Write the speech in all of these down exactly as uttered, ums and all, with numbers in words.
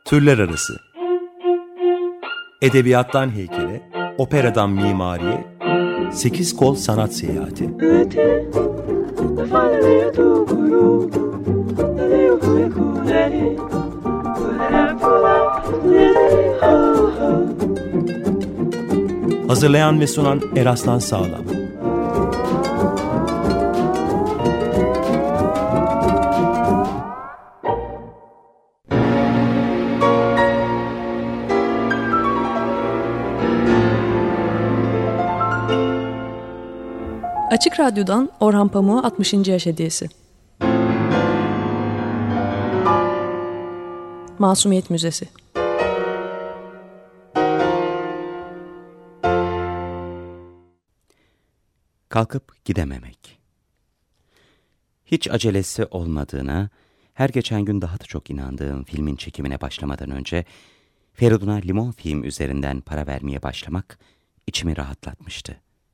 Türler arası. Edebiyattan heykele, operadan mimariye, sekiz kol sanat seyahati. Hazırlayan ve sunan Eraslan Sağlam. Açık Radyo'dan Orhan Pamuk'a altmışıncı yaş hediyesi. Masumiyet Müzesi. Kalkıp gidememek. Hiç acelesi olmadığına, her geçen gün daha da çok inandığım filmin çekimine başlamadan önce Feridun'a Limon Film üzerinden para vermeye başlamak içimi rahatlatmıştı.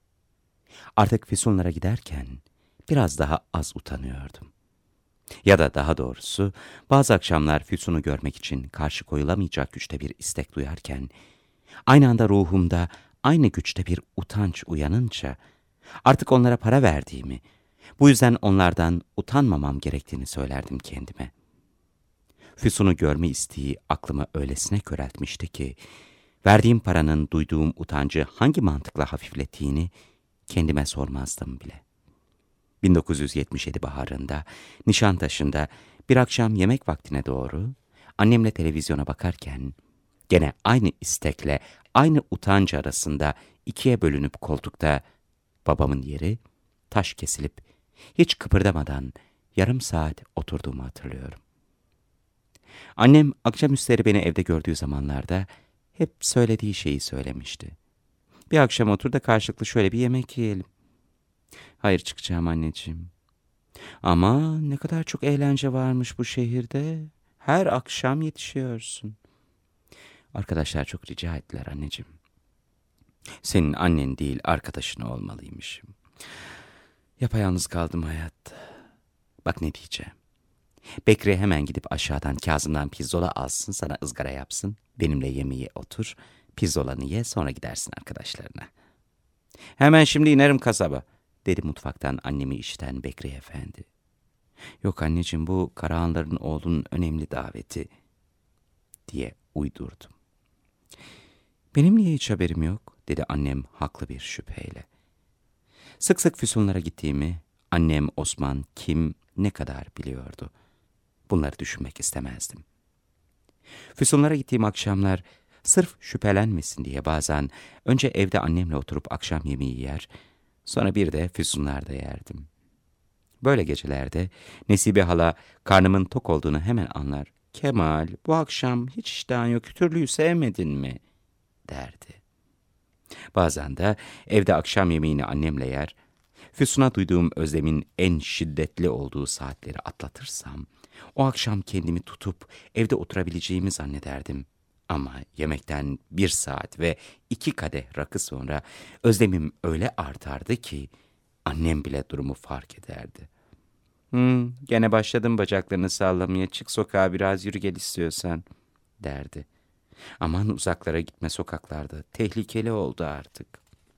Artık Füsunlara giderken biraz daha az utanıyordum. Ya da daha doğrusu bazı akşamlar Füsun'u görmek için karşı koyulamayacak güçte bir istek duyarken, aynı anda ruhumda aynı güçte bir utanç uyanınca artık onlara para verdiğimi, bu yüzden onlardan utanmamam gerektiğini söylerdim kendime. Füsun'u görme isteği aklımı öylesine köreltmişti ki, verdiğim paranın duyduğum utancı hangi mantıkla hafiflettiğini kendime sormazdım bile. bin dokuz yüz yetmiş yedi baharında Nişantaşı'nda bir akşam yemek vaktine doğru annemle televizyona bakarken gene aynı istekle aynı utanç arasında ikiye bölünüp koltukta babamın yeri taş kesilip hiç kıpırdamadan yarım saat oturduğumu hatırlıyorum. Annem akşamüstleri beni evde gördüğü zamanlarda hep söylediği şeyi söylemişti. Bir akşam otur da karşılıklı şöyle bir yemek yiyelim. Hayır, çıkacağım anneciğim. Ama ne kadar çok eğlence varmış bu şehirde. Her akşam yetişiyorsun. Arkadaşlar çok rica ettiler anneciğim. Senin annen değil arkadaşın olmalıymışım. Yapayalnız kaldım hayatta. Bak ne diyeceğim. Bekri hemen gidip aşağıdan Kazım'dan pirzola alsın, sana ızgara yapsın. Benimle yemeğe otur. Pirzolanı ye, sonra gidersin arkadaşlarına. Hemen şimdi inerim kasaba, dedi mutfaktan annemi işiten Bekri Efendi. Yok anneciğim, bu Karahanların oğlunun önemli daveti, diye uydurdum. Benim niye hiç haberim yok, dedi annem haklı bir şüpheyle. Sık sık Füsunlara gittiğimi annem, Osman kim ne kadar biliyordu. Bunları düşünmek istemezdim. Füsunlara gittiğim akşamlar sırf şüphelenmesin diye bazen önce evde annemle oturup akşam yemeği yer, sonra bir de Füsunlar'da yerdim. Böyle gecelerde Nesibe hala karnımın tok olduğunu hemen anlar. Kemal, bu akşam hiç iştahın yok, kütürlüğü sevmedin mi? derdi. Bazen de evde akşam yemeğini annemle yer, Füsun'a duyduğum özlemin en şiddetli olduğu saatleri atlatırsam, o akşam kendimi tutup evde oturabileceğimi zannederdim. Ama yemekten bir saat ve iki kadeh rakı sonra özlemim öyle artardı ki annem bile durumu fark ederdi. Hmm, gene başladım bacaklarını sallamaya, çık sokağa biraz yürü gel istiyorsan, derdi. Aman uzaklara gitme, sokaklarda tehlikeli oldu artık.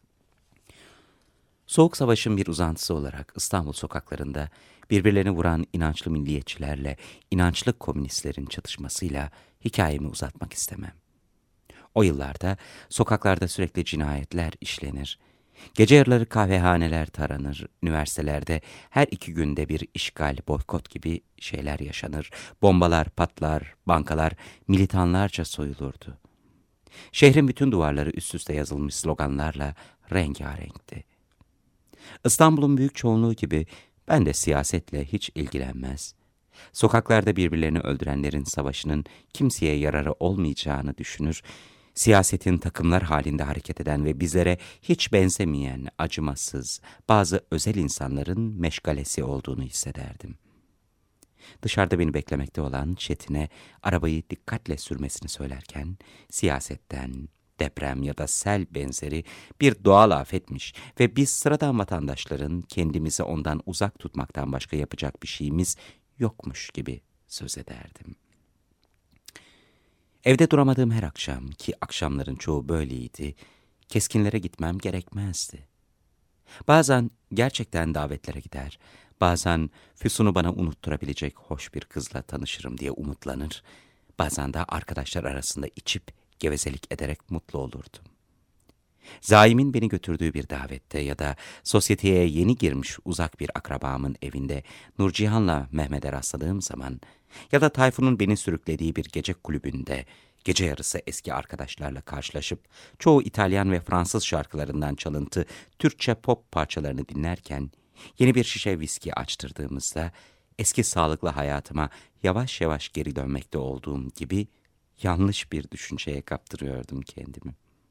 Soğuk Savaş'ın bir uzantısı olarak İstanbul sokaklarında birbirlerini vuran inançlı milliyetçilerle inançlı komünistlerin çatışmasıyla hikayemi uzatmak istemem. O yıllarda sokaklarda sürekli cinayetler işlenir, gece yarıları kahvehaneler taranır, üniversitelerde her iki günde bir işgal, boykot gibi şeyler yaşanır, bombalar patlar, bankalar militanlarca soyulurdu. Şehrin bütün duvarları üst üste yazılmış sloganlarla rengarenkti. İstanbul'un büyük çoğunluğu gibi ben de siyasetle hiç ilgilenmez, sokaklarda birbirlerini öldürenlerin savaşının kimseye yararı olmayacağını düşünür, siyasetin takımlar halinde hareket eden ve bizlere hiç benzemeyen acımasız bazı özel insanların meşgalesi olduğunu hissederdim. Dışarıda beni beklemekte olan Çetin'e arabayı dikkatle sürmesini söylerken siyasetten, deprem ya da sel benzeri bir doğal afetmiş ve biz sıradan vatandaşların kendimizi ondan uzak tutmaktan başka yapacak bir şeyimiz yokmuş gibi söz ederdim. Evde duramadığım her akşam, ki akşamların çoğu böyleydi, keskinlere gitmem gerekmezdi. Bazen gerçekten davetlere gider, bazen Füsun'u bana unutturabilecek hoş bir kızla tanışırım diye umutlanır, bazen de arkadaşlar arasında içip gevezelik ederek mutlu olurdum. Zaim'in beni götürdüğü bir davette ya da sosyeteye yeni girmiş uzak bir akrabamın evinde Nurcihan'la Mehmet'e rastladığım zaman ya da Tayfun'un beni sürüklediği bir gece kulübünde gece yarısı eski arkadaşlarla karşılaşıp çoğu İtalyan ve Fransız şarkılarından çalıntı Türkçe pop parçalarını dinlerken yeni bir şişe viski açtırdığımızda eski sağlıklı hayatıma yavaş yavaş geri dönmekte olduğum gibi yanlış bir düşünceye kaptırıyordum kendimi.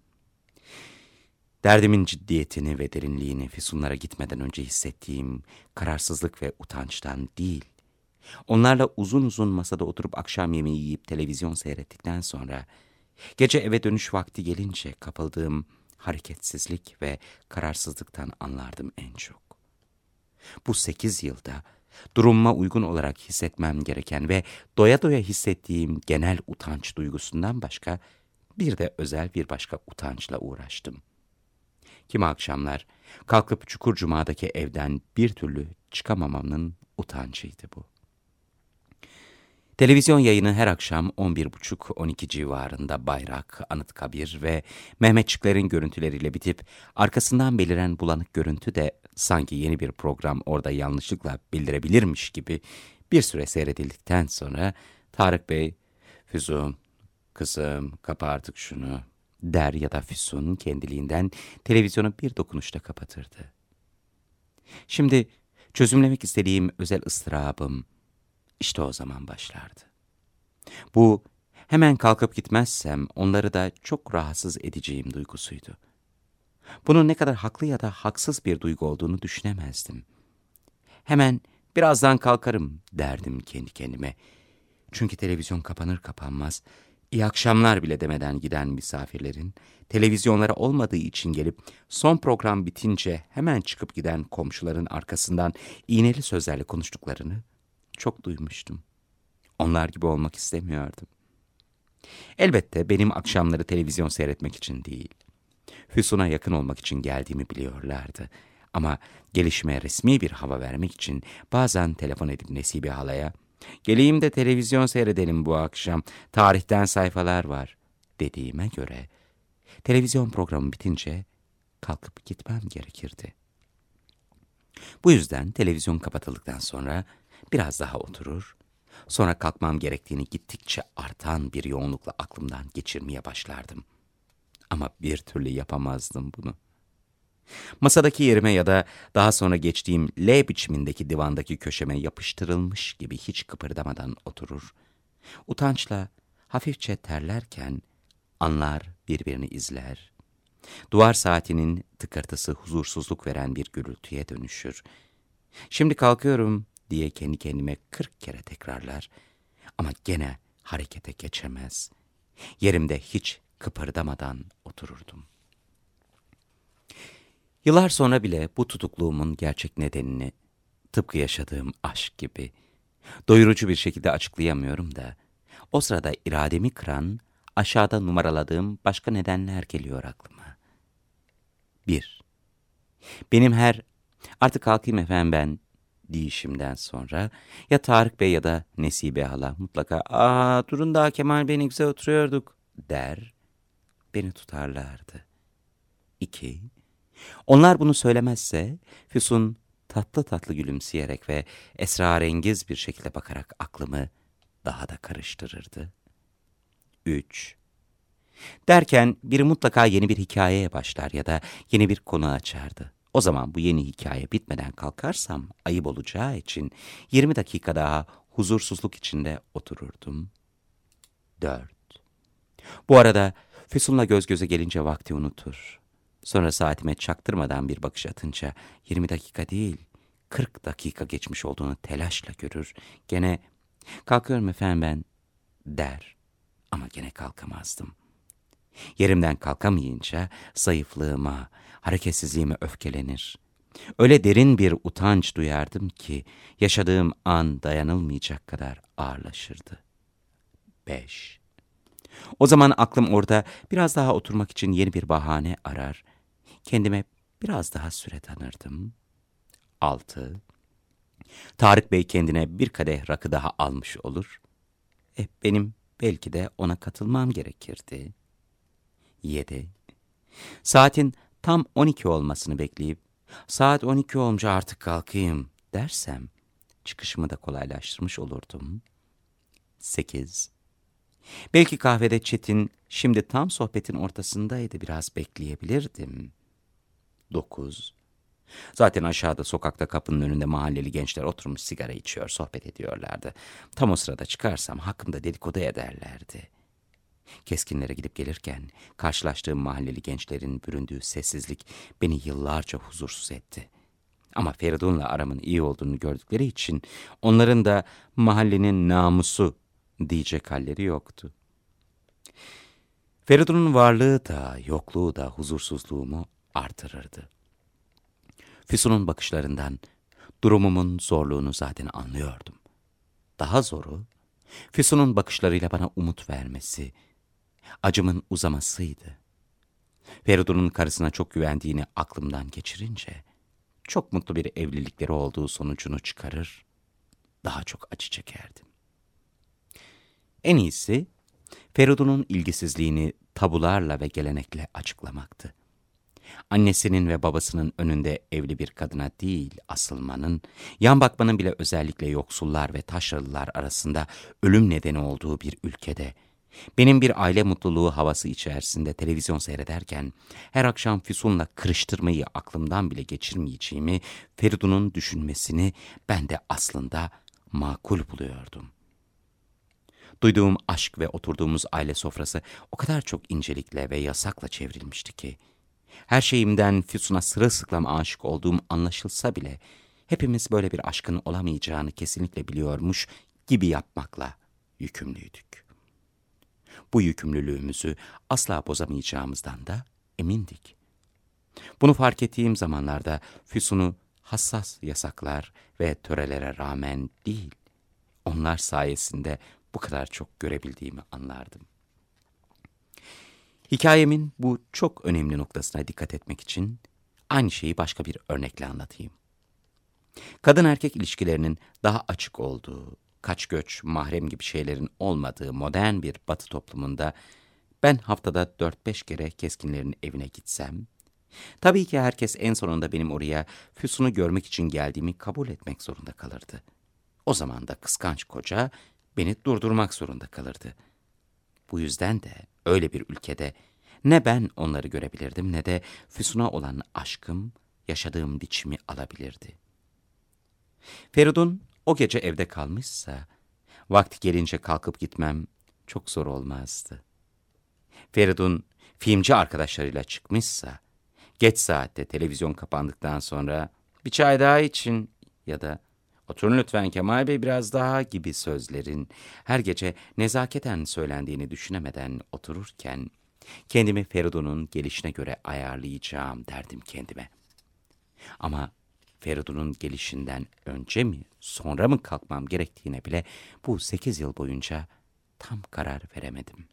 Derdimin ciddiyetini ve derinliğini Füsunlara gitmeden önce hissettiğim kararsızlık ve utançtan değil, onlarla uzun uzun masada oturup akşam yemeği yiyip televizyon seyrettikten sonra, gece eve dönüş vakti gelince kapıldığım hareketsizlik ve kararsızlıktan anlardım en çok. Bu sekiz yılda durumuma uygun olarak hissetmem gereken ve doya doya hissettiğim genel utanç duygusundan başka bir de özel bir başka utançla uğraştım. Kimi akşamlar kalkıp Çukurcuma'daki evden bir türlü çıkamamamın utancıydı bu. Televizyon yayını her akşam on bir buçuk on iki civarında Bayrak, Anıtkabir ve Mehmetçiklerin görüntüleriyle bitip arkasından beliren bulanık görüntü de sanki yeni bir program orada yanlışlıkla bildirebilirmiş gibi bir süre seyredildikten sonra Tarık Bey, "Füsun, kızım kapa artık şunu" der ya da Füsun kendiliğinden televizyonu bir dokunuşta kapatırdı. Şimdi çözümlemek istediğim özel ıstırabım işte o zaman başlardı. Bu hemen kalkıp gitmezsem onları da çok rahatsız edeceğim duygusuydu. Bunun ne kadar haklı ya da haksız bir duygu olduğunu düşünemezdim. Hemen birazdan kalkarım derdim kendi kendime. Çünkü televizyon kapanır kapanmaz, iyi akşamlar bile demeden giden misafirlerin, televizyonlara olmadığı için gelip son program bitince hemen çıkıp giden komşuların arkasından iğneli sözlerle konuştuklarını çok duymuştum. Onlar gibi olmak istemiyordum. Elbette benim akşamları televizyon seyretmek için değil, Füsun'a yakın olmak için geldiğimi biliyorlardı. Ama gelişime resmi bir hava vermek için bazen telefon edip Nesibe halaya, "Geleyim de televizyon seyredelim bu akşam, tarihten sayfalar var" dediğime göre, televizyon programı bitince kalkıp gitmem gerekirdi. Bu yüzden televizyon kapatıldıktan sonra biraz daha oturur, sonra kalkmam gerektiğini gittikçe artan bir yoğunlukla aklımdan geçirmeye başlardım. Ama bir türlü yapamazdım bunu. Masadaki yerime ya da daha sonra geçtiğim L biçimindeki divandaki köşeme yapıştırılmış gibi hiç kıpırdamadan oturur, utançla hafifçe terlerken anlar birbirini izler, duvar saatinin tıkırtısı huzursuzluk veren bir gürültüye dönüşür. "Şimdi kalkıyorum" diye kendi kendime kırk kere tekrarlar ama gene harekete geçemez. Yerimde hiç kıpırdamadan otururdum. Yıllar sonra bile bu tutukluğumun gerçek nedenini, tıpkı yaşadığım aşk gibi, doyurucu bir şekilde açıklayamıyorum da, o sırada irademi kıran, aşağıda numaraladığım başka nedenler geliyor aklıma. Bir, benim her "artık kalkayım efendim ben" deyişimden sonra ya Tarık Bey ya da Nesibe hala mutlaka "Aa durun daha Kemal Bey ne güzel oturuyorduk" der, beni tutarlardı. İki, onlar bunu söylemezse Füsun tatlı tatlı gülümseyerek ve esrarengiz bir şekilde bakarak aklımı daha da karıştırırdı. Üç, derken biri mutlaka yeni bir hikayeye başlar ya da yeni bir konu açardı. O zaman bu yeni hikaye bitmeden kalkarsam ayıp olacağı için yirmi dakika daha huzursuzluk içinde otururdum. Dört, bu arada Füsun'la göz göze gelince vakti unutur. Sonra saatime çaktırmadan bir bakış atınca yirmi dakika değil, kırk dakika geçmiş olduğunu telaşla görür. Gene "Kalkıyorum efendim ben" der ama gene kalkamazdım. Yerimden kalkamayınca zayıflığıma, hareketsizliğime öfkelenir. Öyle derin bir utanç duyardım ki yaşadığım an dayanılmayacak kadar ağırlaşırdı. Beş, O zaman aklım orada biraz daha oturmak için yeni bir bahane arar. Kendime biraz daha süre tanırdım. Altı. Tarık Bey kendine bir kadeh rakı daha almış olur. E, benim belki de ona katılmam gerekirdi. Yedi. Saatin tam on iki olmasını bekleyip, saat on iki olunca artık kalkayım dersem, çıkışımı da kolaylaştırmış olurdum. Sekiz. Belki kahvede Çetin şimdi tam sohbetin ortasındaydı, biraz bekleyebilirdim. Dokuz. Zaten aşağıda sokakta kapının önünde mahalleli gençler oturmuş sigara içiyor, sohbet ediyorlardı. Tam o sırada çıkarsam hakkımda dedikodu ederlerdi. Keskinlere gidip gelirken karşılaştığım mahalleli gençlerin büründüğü sessizlik beni yıllarca huzursuz etti. Ama Feridun'la aramın iyi olduğunu gördükleri için onların da mahallenin namusu diyecek halleri yoktu. Feridun'un varlığı da yokluğu da huzursuzluğumu artırırdı. Füsun'un bakışlarından durumumun zorluğunu zaten anlıyordum. Daha zoru, Füsun'un bakışlarıyla bana umut vermesi, acımın uzamasıydı. Feridun'un karısına çok güvendiğini aklımdan geçirince, çok mutlu bir evlilikleri olduğu sonucunu çıkarır, daha çok acı çekerdim. En iyisi, Feridun'un ilgisizliğini tabularla ve gelenekle açıklamaktı. Annesinin ve babasının önünde evli bir kadına değil asılmanın, yan bakmanın bile özellikle yoksullar ve taşralılar arasında ölüm nedeni olduğu bir ülkede, benim bir aile mutluluğu havası içerisinde televizyon seyrederken, her akşam Füsun'la kırıştırmayı aklımdan bile geçirmeyeceğimi, Feridun'un düşünmesini ben de aslında makul buluyordum. Duyduğum aşk ve oturduğumuz aile sofrası o kadar çok incelikle ve yasakla çevrilmişti ki, her şeyimden Füsun'a sırılsıklam aşık olduğum anlaşılsa bile, hepimiz böyle bir aşkın olamayacağını kesinlikle biliyormuş gibi yapmakla yükümlüydük. Bu yükümlülüğümüzü asla bozamayacağımızdan da emindik. Bunu fark ettiğim zamanlarda Füsun'u hassas yasaklar ve törelere rağmen değil, onlar sayesinde bu kadar çok görebildiğimi anlardım. Hikayemin bu çok önemli noktasına dikkat etmek için aynı şeyi başka bir örnekle anlatayım. Kadın erkek ilişkilerinin daha açık olduğu, kaç göç, mahrem gibi şeylerin olmadığı modern bir batı toplumunda ben haftada dört beş kere Keskinlerin evine gitsem, tabii ki herkes en sonunda benim oraya Füsun'u görmek için geldiğimi kabul etmek zorunda kalırdı. O zaman da kıskanç koca beni durdurmak zorunda kalırdı. Bu yüzden de öyle bir ülkede ne ben onları görebilirdim ne de Füsun'a olan aşkım yaşadığım biçimi alabilirdi. Feridun o gece evde kalmışsa, vakti gelince kalkıp gitmem çok zor olmazdı. Feridun filmci arkadaşlarıyla çıkmışsa, geç saatte televizyon kapandıktan sonra bir çay daha için ya da oturun lütfen Kemal Bey biraz daha gibi sözlerin her gece nezaketen söylendiğini düşünemeden otururken, kendimi Feridun'un gelişine göre ayarlayacağım derdim kendime. Ama Feridun'un gelişinden önce mi, sonra mı kalkmam gerektiğine bile bu sekiz yıl boyunca tam karar veremedim.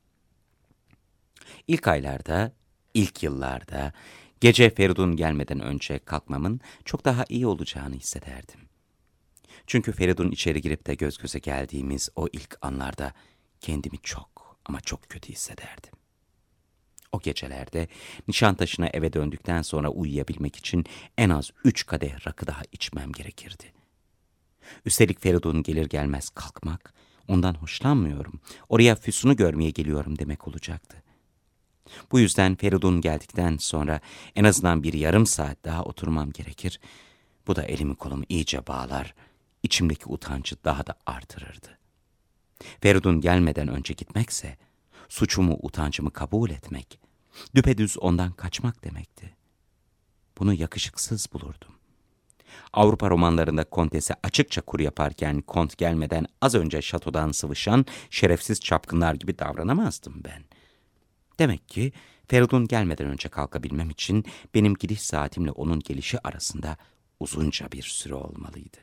İlk aylarda, ilk yıllarda, gece Feridun gelmeden önce kalkmamın çok daha iyi olacağını hissederdim. Çünkü Feridun içeri girip de göz göze geldiğimiz o ilk anlarda kendimi çok ama çok kötü hissederdim. O gecelerde Nişantaşı'na eve döndükten sonra uyuyabilmek için en az üç kadeh rakı daha içmem gerekirdi. Üstelik Feridun gelir gelmez kalkmak, ondan hoşlanmıyorum, oraya Füsun'u görmeye geliyorum demek olacaktı. Bu yüzden Feridun geldikten sonra en azından bir yarım saat daha oturmam gerekir. Bu da elimi kolumu iyice bağlar, içimdeki utancı daha da artırırdı. Feridun gelmeden önce gitmekse, suçumu, utancımı kabul etmek, düpedüz ondan kaçmak demekti. Bunu yakışıksız bulurdum. Avrupa romanlarında kontese açıkça kur yaparken kont gelmeden az önce şatodan sıvışan şerefsiz çapkınlar gibi davranamazdım ben. Demek ki Feridun gelmeden önce kalkabilmem için benim gidiş saatimle onun gelişi arasında uzunca bir süre olmalıydı.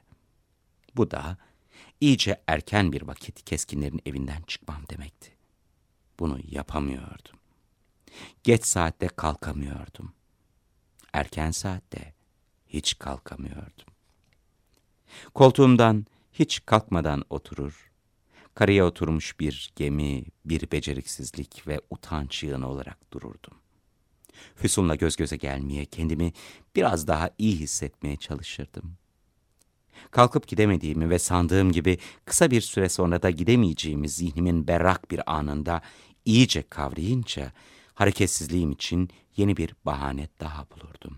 Bu da iyice erken bir vakit Keskinlerin evinden çıkmam demekti. bunu yapamıyordum. Geç saatte kalkamıyordum. Erken saatte hiç kalkamıyordum. Koltuğumdan hiç kalkmadan oturur, karaya oturmuş bir gemi, bir beceriksizlik ve utanç yığını olarak dururdum. Füsun'la göz göze gelmeye, kendimi biraz daha iyi hissetmeye çalışırdım. Kalkıp gidemediğimi ve sandığım gibi kısa bir süre sonra da gidemeyeceğimi zihnimin berrak bir anında iyice kavrayınca, hareketsizliğim için yeni bir bahane daha bulurdum.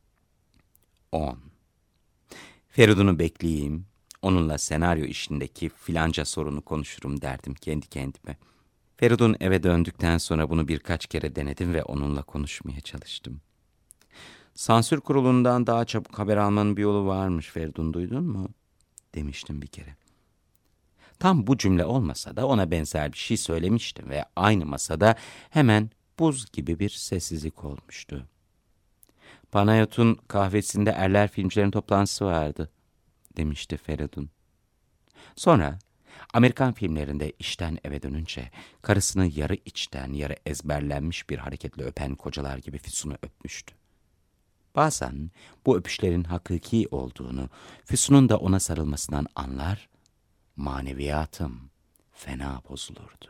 on. Feridun'u bekleyeyim, onunla senaryo işindeki filanca sorunu konuşurum derdim kendi kendime. Feridun eve döndükten sonra bunu birkaç kere denedim ve onunla konuşmaya çalıştım. Sansür kurulundan daha çabuk haber almanın bir yolu varmış Feridun, duydun mu? Demiştim bir kere. Tam bu cümle olmasa da ona benzer bir şey söylemiştim ve aynı masada hemen buz gibi bir sessizlik olmuştu. Panayot'un kahvesinde erler filmcilerin toplantısı vardı, demişti Feridun. Sonra Amerikan filmlerinde işten eve dönünce karısını yarı içten yarı ezberlenmiş bir hareketle öpen kocalar gibi Füsun'u öpmüştü. Bazen bu öpüşlerin hakiki olduğunu, Füsun'un da ona sarılmasından anlar, maneviyatım fena bozulurdu.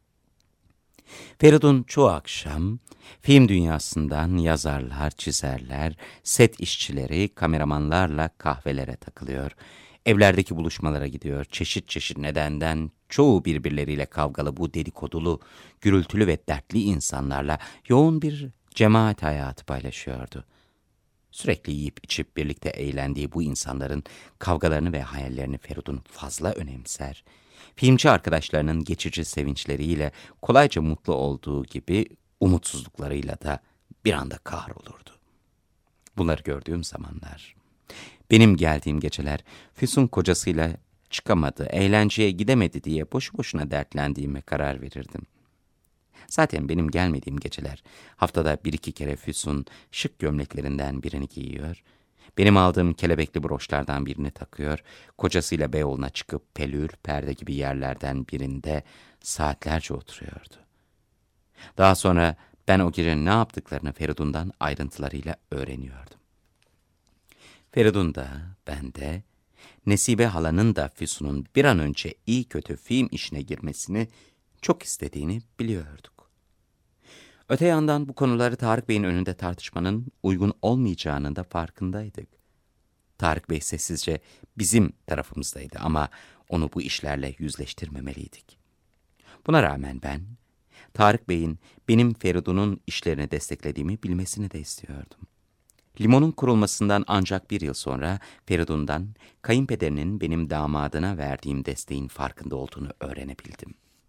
Feridun çoğu akşam film dünyasından yazarlar, çizerler, set işçileri, kameramanlarla kahvelere takılıyor, evlerdeki buluşmalara gidiyor, çeşit çeşit nedenden çoğu birbirleriyle kavgalı bu dedikodulu, gürültülü ve dertli insanlarla yoğun bir cemaat hayatı paylaşıyordu. Sürekli yiyip içip birlikte eğlendiği bu insanların kavgalarını ve hayallerini Feridun fazla önemser, filmci arkadaşlarının geçici sevinçleriyle kolayca mutlu olduğu gibi umutsuzluklarıyla da bir anda kahrolurdu. Bunları gördüğüm zamanlar, benim geldiğim geceler Füsun kocasıyla çıkamadı, eğlenceye gidemedi diye boşu boşuna dertlendiğime karar verirdim. Zaten benim gelmediğim geceler haftada bir iki kere Füsun şık gömleklerinden birini giyiyor, benim aldığım kelebekli broşlardan birini takıyor, kocasıyla Beyoğlu'na çıkıp pelür, perde gibi yerlerden birinde saatlerce oturuyordu. Daha sonra ben o gece ne yaptıklarını Feridun'dan ayrıntılarıyla öğreniyordum. Feridun da, ben de, Nesibe halanın da Füsun'un bir an önce iyi kötü film işine girmesini çok istediğini biliyorduk. Öte yandan bu konuları Tarık Bey'in önünde tartışmanın uygun olmayacağının da farkındaydık. Tarık Bey sessizce bizim tarafımızdaydı ama onu bu işlerle yüzleştirmemeliydik. Buna rağmen ben, Tarık Bey'in benim Feridun'un işlerini desteklediğimi bilmesini de istiyordum. Limon'un kurulmasından ancak bir yıl sonra Feridun'dan kayınpederinin benim damadına verdiğim desteğin farkında olduğunu öğrenebildim.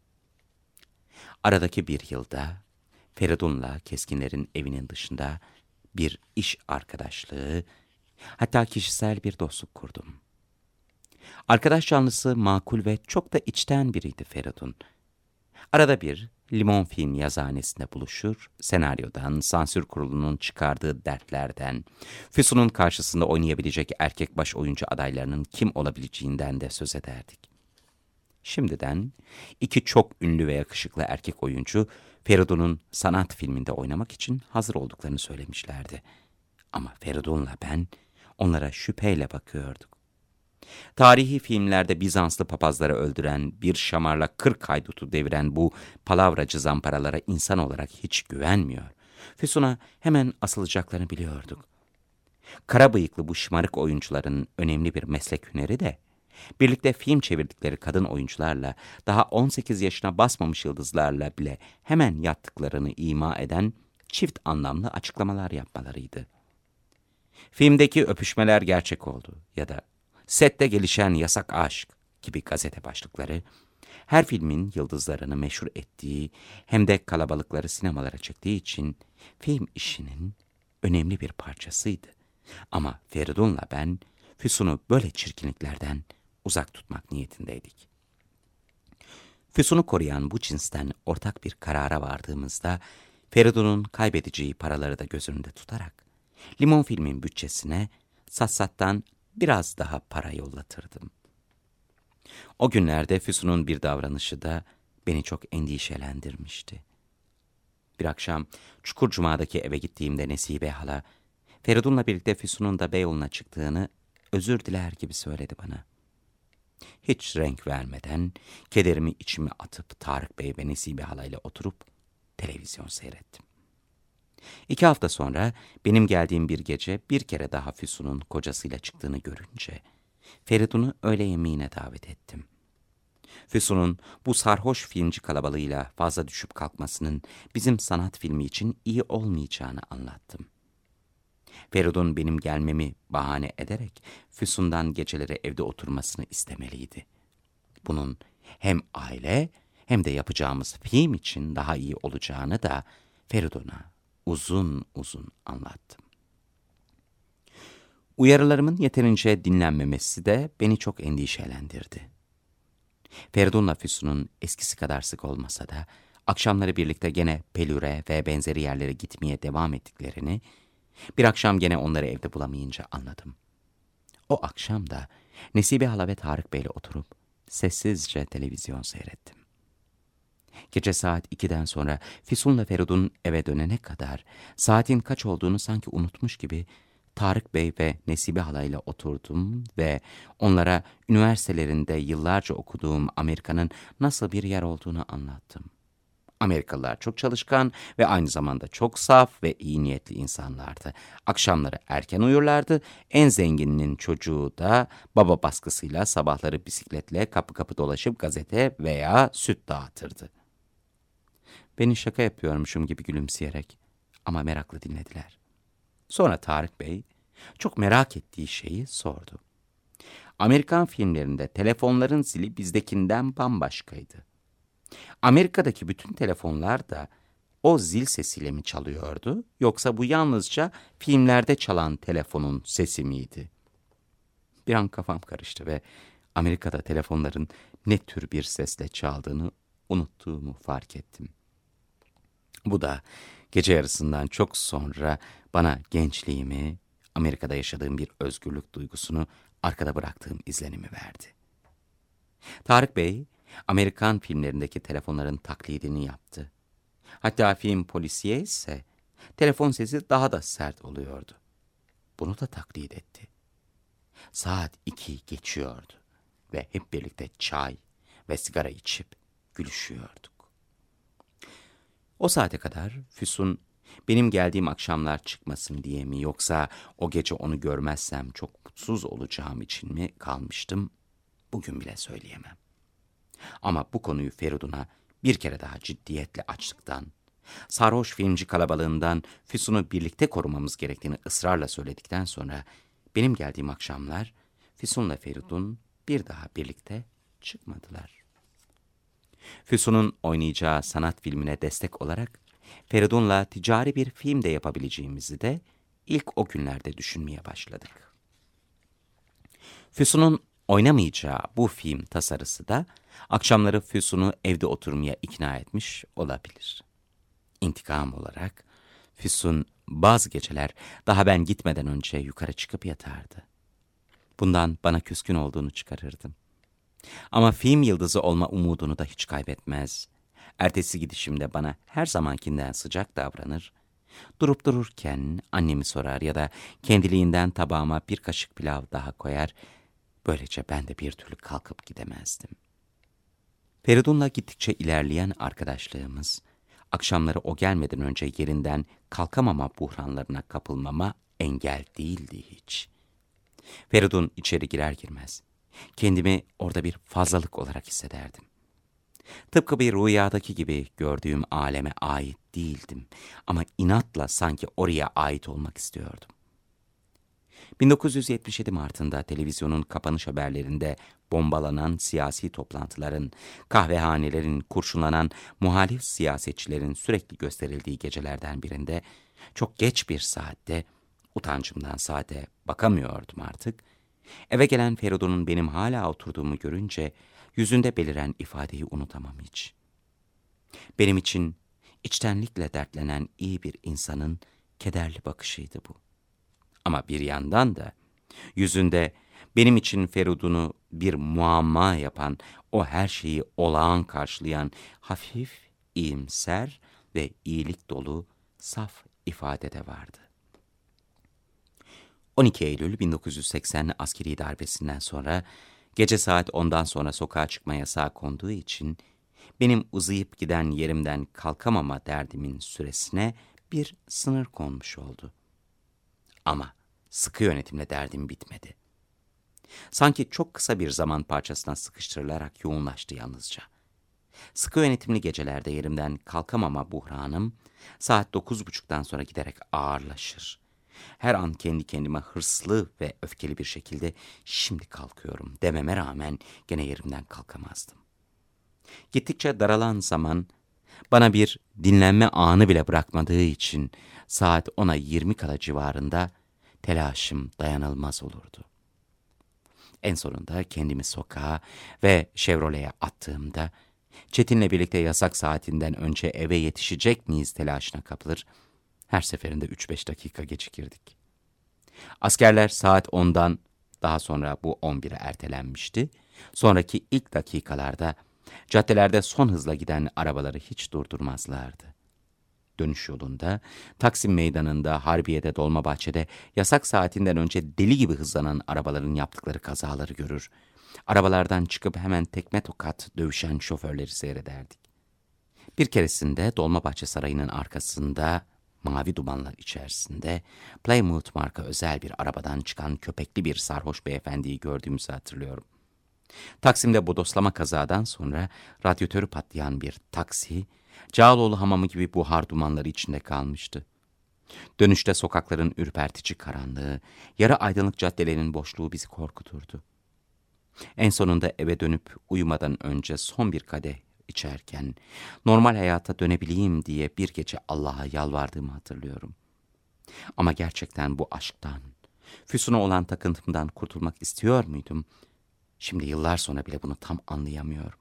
Aradaki bir yılda Feridun'la Keskinler'in evinin dışında bir iş arkadaşlığı, hatta kişisel bir dostluk kurdum. Arkadaş canlısı makul ve çok da içten biriydi Feridun. Arada bir Limon Film Yazıhanesinde buluşur, senaryodan, sansür kurulunun çıkardığı dertlerden, Füsun'un karşısında oynayabilecek erkek baş oyuncu adaylarının kim olabileceğinden de söz ederdik. Şimdiden iki çok ünlü ve yakışıklı erkek oyuncu Feridun'un sanat filminde oynamak için hazır olduklarını söylemişlerdi. Ama Feridun'la ben onlara şüpheyle bakıyorduk. Tarihi filmlerde Bizanslı papazları öldüren, bir şamarla kırk haydutu deviren bu palavracı zamparalara insan olarak hiç güvenmiyor. Füsun'a hemen asılacaklarını biliyorduk. Kara bıyıklı bu şımarık oyuncuların önemli bir meslek hüneri de, birlikte film çevirdikleri kadın oyuncularla, daha on sekiz yaşına basmamış yıldızlarla bile hemen yattıklarını ima eden çift anlamlı açıklamalar yapmalarıydı. Filmdeki öpüşmeler gerçek oldu ya da sette gelişen yasak aşk gibi gazete başlıkları, her filmin yıldızlarını meşhur ettiği hem de kalabalıkları sinemalara çektiği için film işinin önemli bir parçasıydı. Ama Feridun'la ben Füsun'u böyle çirkinliklerden uzak tutmak niyetindeydik. Füsun'u koruyan bu cinsten ortak bir karara vardığımızda Feridun'un kaybedeceği paraları da göz önünde tutarak Limon Film'in bütçesine Satsat'tan biraz daha para yollatırdım. O günlerde Füsun'un bir davranışı da beni çok endişelendirmişti. Bir akşam Çukurcuma'daki eve gittiğimde Nesibe hala, Feridun'la birlikte Füsun'un da Beyoğlu'na çıktığını özür diler gibi söyledi bana. Hiç renk vermeden kederimi içime atıp Tarık Bey ve Nesibe halayla oturup televizyon seyrettim. İki hafta sonra benim geldiğim bir gece bir kere daha Füsun'un kocasıyla çıktığını görünce Feridun'u öğle yemeğine davet ettim. Füsun'un bu sarhoş filmci kalabalığıyla fazla düşüp kalkmasının bizim sanat filmi için iyi olmayacağını anlattım. Feridun benim gelmemi bahane ederek Füsun'dan geceleri evde oturmasını istemeliydi. Bunun hem aile hem de yapacağımız film için daha iyi olacağını da Feridun'a uzun uzun anlattım. Uyarılarımın yeterince dinlenmemesi de beni çok endişelendirdi. Feridun'la Füsun'un eskisi kadar sık olmasa da akşamları birlikte gene Pelure ve benzeri yerlere gitmeye devam ettiklerini, bir akşam gene onları evde bulamayınca anladım. O akşam da Nesibe hala ve Tarık Bey'le oturup sessizce televizyon seyrettim. Gece saat ikiden sonra Füsun'la Feridun eve dönene kadar saatin kaç olduğunu sanki unutmuş gibi Tarık Bey ve Nesibe halayla oturdum ve onlara üniversitelerinde yıllarca okuduğum Amerika'nın nasıl bir yer olduğunu anlattım. Amerikalılar çok çalışkan ve aynı zamanda çok saf ve iyi niyetli insanlardı. Akşamları erken uyurlardı. En zengininin çocuğu da baba baskısıyla sabahları bisikletle kapı kapı dolaşıp gazete veya süt dağıtırdı. Beni şaka yapıyormuşum gibi gülümseyerek ama meraklı dinlediler. Sonra Tarık Bey çok merak ettiği şeyi sordu. Amerikan filmlerinde telefonların zili bizdekinden bambaşkaydı. Amerika'daki bütün telefonlar da o zil sesiyle mi çalıyordu, yoksa bu yalnızca filmlerde çalan telefonun sesi miydi? Bir an kafam karıştı ve Amerika'da telefonların ne tür bir sesle çaldığını unuttuğumu fark ettim. Bu da gece yarısından çok sonra bana gençliğimi, Amerika'da yaşadığım bir özgürlük duygusunu arkada bıraktığım izlenimi verdi. Tarık Bey, Amerikan filmlerindeki telefonların taklidini yaptı. Hatta film polisiye ise telefon sesi daha da sert oluyordu. Bunu da taklit etti. Saat iki geçiyordu ve hep birlikte çay ve sigara içip gülüşüyorduk. O saate kadar Füsun benim geldiğim akşamlar çıkmasın diye mi, yoksa o gece onu görmezsem çok mutsuz olacağım için mi kalmıştım, bugün bile söyleyemem. Ama bu konuyu Feridun'a bir kere daha ciddiyetle açtıktan, sarhoş filmci kalabalığından Füsun'u birlikte korumamız gerektiğini ısrarla söyledikten sonra benim geldiğim akşamlar Füsun'la Feridun bir daha birlikte çıkmadılar. Füsun'un oynayacağı sanat filmine destek olarak Feridun'la ticari bir film de yapabileceğimizi de ilk o günlerde düşünmeye başladık. Füsun'un oynamayacağı bu film tasarısı da akşamları Füsun'u evde oturmaya ikna etmiş olabilir. İntikam olarak Füsun bazı geceler daha ben gitmeden önce yukarı çıkıp yatardı. Bundan bana küskün olduğunu çıkarırdım. Ama film yıldızı olma umudunu da hiç kaybetmez. Ertesi gidişimde bana her zamankinden sıcak davranır, durup dururken annemi sorar ya da kendiliğinden tabağıma bir kaşık pilav daha koyar, böylece ben de bir türlü kalkıp gidemezdim. Feridun'la gittikçe ilerleyen arkadaşlığımız, akşamları o gelmeden önce yerinden kalkamama buhranlarına kapılmama engel değildi hiç. Feridun içeri girer girmez kendimi orada bir fazlalık olarak hissederdim. Tıpkı bir rüyadaki gibi gördüğüm aleme ait değildim ama inatla sanki oraya ait olmak istiyordum. bin dokuz yüz yetmiş yedi Mart'ında televizyonun kapanış haberlerinde bombalanan siyasi toplantıların, kahvehanelerin kurşunlanan muhalif siyasetçilerin sürekli gösterildiği gecelerden birinde, çok geç bir saatte, utancımdan saate bakamıyordum artık, eve gelen Feridun'un benim hala oturduğumu görünce yüzünde beliren ifadeyi unutamam hiç. Benim için içtenlikle dertlenen iyi bir insanın kederli bakışıydı bu. Ama bir yandan da yüzünde benim için Feridun'u bir muamma yapan, o her şeyi olağan karşılayan, hafif, iyimser ve iyilik dolu, saf ifadede vardı. on iki Eylül bin dokuz yüz seksen askeri darbesinden sonra, gece saat ondan sonra sokağa çıkma yasağı konduğu için, benim uzayıp giden yerimden kalkamama derdimin süresine bir sınır konmuş oldu. Ama sıkı yönetimle derdim bitmedi. Sanki çok kısa bir zaman parçasına sıkıştırılarak yoğunlaştı yalnızca. Sıkı yönetimli gecelerde yerimden kalkamama buhranım, saat dokuz buçuktan sonra giderek ağırlaşır. Her an kendi kendime hırslı ve öfkeli bir şekilde şimdi kalkıyorum dememe rağmen gene yerimden kalkamazdım. Gittikçe daralan zaman bana bir dinlenme anı bile bırakmadığı için saat ona yirmi kala civarında telaşım dayanılmaz olurdu. En sonunda kendimi sokağa ve Chevrolet'e attığımda Çetin'le birlikte yasak saatinden önce eve yetişecek miyiz telaşına kapılır, her seferinde üç beş dakika gecikirdik. Askerler saat ondan, daha sonra bu on bire ertelenmişti. Sonraki ilk dakikalarda caddelerde son hızla giden arabaları hiç durdurmazlardı. Dönüş yolunda, Taksim Meydanı'nda, Harbiye'de, Dolmabahçe'de yasak saatinden önce deli gibi hızlanan arabaların yaptıkları kazaları görür. Arabalardan çıkıp hemen tekme tokat dövüşen şoförleri seyrederdik. Bir keresinde Dolmabahçe Sarayı'nın arkasında, mavi dumanlar içerisinde, Plymouth marka özel bir arabadan çıkan köpekli bir sarhoş beyefendiyi gördüğümüzü hatırlıyorum. Taksim'de bodoslama kazadan sonra radyatörü patlayan bir taksi, Cağaloğlu hamamı gibi buhar dumanları içinde kalmıştı. Dönüşte sokakların ürpertici karanlığı, yarı aydınlık caddelerin boşluğu bizi korkuturdu. En sonunda eve dönüp uyumadan önce son bir kadeh içerken, normal hayata dönebileyim diye bir gece Allah'a yalvardığımı hatırlıyorum. Ama gerçekten bu aşktan, Füsun'a olan takıntımdan kurtulmak istiyor muydum? Şimdi yıllar sonra bile bunu tam anlayamıyorum.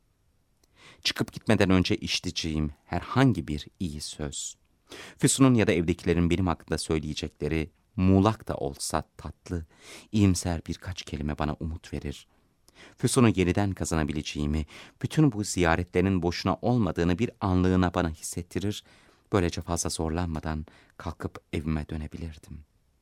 Çıkıp gitmeden önce işiteceğim herhangi bir iyi söz, Füsun'un ya da evdekilerin benim hakkında söyleyecekleri muğlak da olsa tatlı, iyimser birkaç kelime bana umut verir. Füsun'u yeniden kazanabileceğimi, bütün bu ziyaretlerin boşuna olmadığını bir anlığına bana hissettirir, böylece fazla zorlanmadan kalkıp evime dönebilirdim.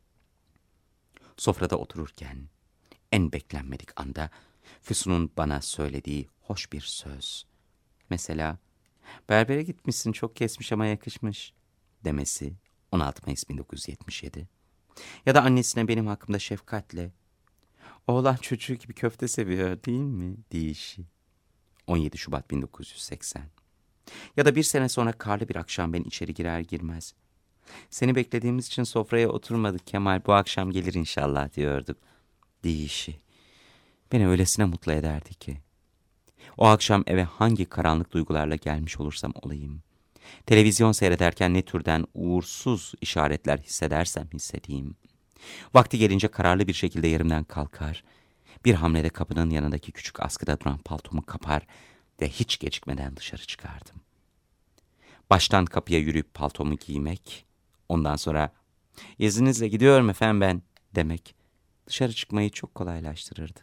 Sofrada otururken, en beklenmedik anda Füsun'un bana söylediği hoş bir söz, mesela "Berbere gitmişsin, çok kesmiş ama yakışmış" demesi, on altı Mayıs bin dokuz yüz yetmiş yedi. Ya da annesine benim hakkımda şefkatle "Oğlan çocuğu gibi köfte seviyor değil mi?" deyişi, on yedi Şubat bin dokuz yüz seksen. Ya da bir sene sonra karlı bir akşam ben içeri girer girmez, "Seni beklediğimiz için sofraya oturmadık Kemal, bu akşam gelir inşallah" diyorduk deyişi beni öylesine mutlu ederdi ki. O akşam eve hangi karanlık duygularla gelmiş olursam olayım, televizyon seyrederken ne türden uğursuz işaretler hissedersem hissedeyim, vakti gelince kararlı bir şekilde yerimden kalkar, bir hamlede kapının yanındaki küçük askıda duran paltomu kapar ve hiç gecikmeden dışarı çıkardım. Baştan kapıya yürüyüp paltomu giymek, ondan sonra "İzninizle gidiyorum efendim ben" demek, dışarı çıkmayı çok kolaylaştırırdı.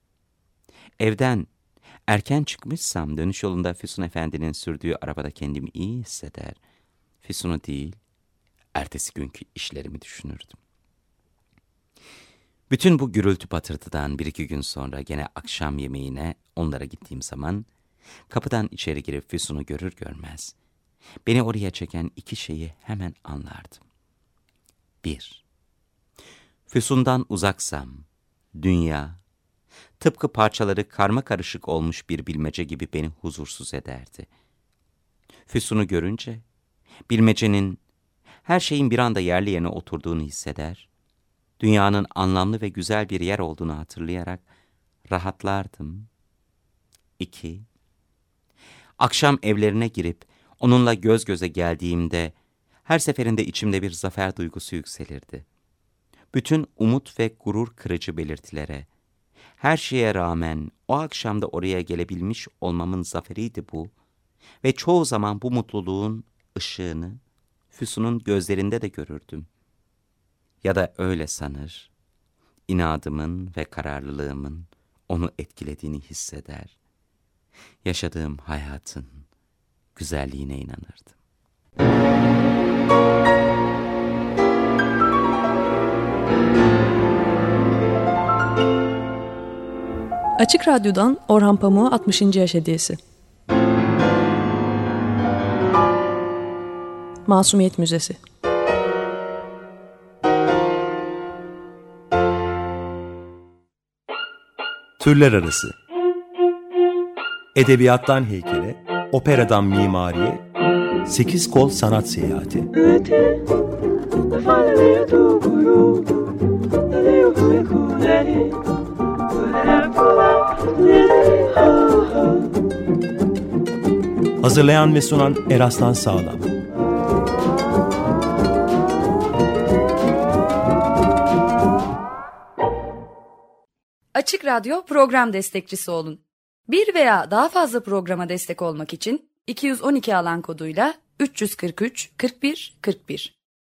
Evden erken çıkmışsam dönüş yolunda Füsun Efendi'nin sürdüğü arabada kendimi iyi hisseder, Füsun'u değil, ertesi günkü işlerimi düşünürdüm. Bütün bu gürültü patırtıdan bir iki gün sonra gene akşam yemeğine onlara gittiğim zaman, kapıdan içeri girip Füsun'u görür görmez, beni oraya çeken iki şeyi hemen anlardım. Bir, Füsun'dan uzaksam, dünya, tıpkı parçaları karma karışık olmuş bir bilmece gibi beni huzursuz ederdi. Füsun'u görünce, bilmecenin, her şeyin bir anda yerli yerine oturduğunu hisseder, dünyanın anlamlı ve güzel bir yer olduğunu hatırlayarak rahatlardım. İki, akşam evlerine girip onunla göz göze geldiğimde her seferinde içimde bir zafer duygusu yükselirdi. Bütün umut ve gurur kırıcı belirtilere, her şeye rağmen o akşamda oraya gelebilmiş olmamın zaferiydi bu ve çoğu zaman bu mutluluğun ışığını Füsun'un gözlerinde de görürdüm. Ya da öyle sanır, inadımın ve kararlılığımın onu etkilediğini hisseder, yaşadığım hayatın güzelliğine inanırdım. Açık Radyo'dan Orhan Pamuk'un altmışıncı yaş hediyesi. Masumiyet Müzesi. Türler arası. Edebiyattan heykele, operadan mimariye, sekiz kol sanat seyahati. Hazırlayan ve sunan Eraslan Sağlam. Açık Radyo program destekçisi olun. Bir veya daha fazla programa destek olmak için iki yüz on iki alan koduyla üç yüz kırk üç kırk bir kırk bir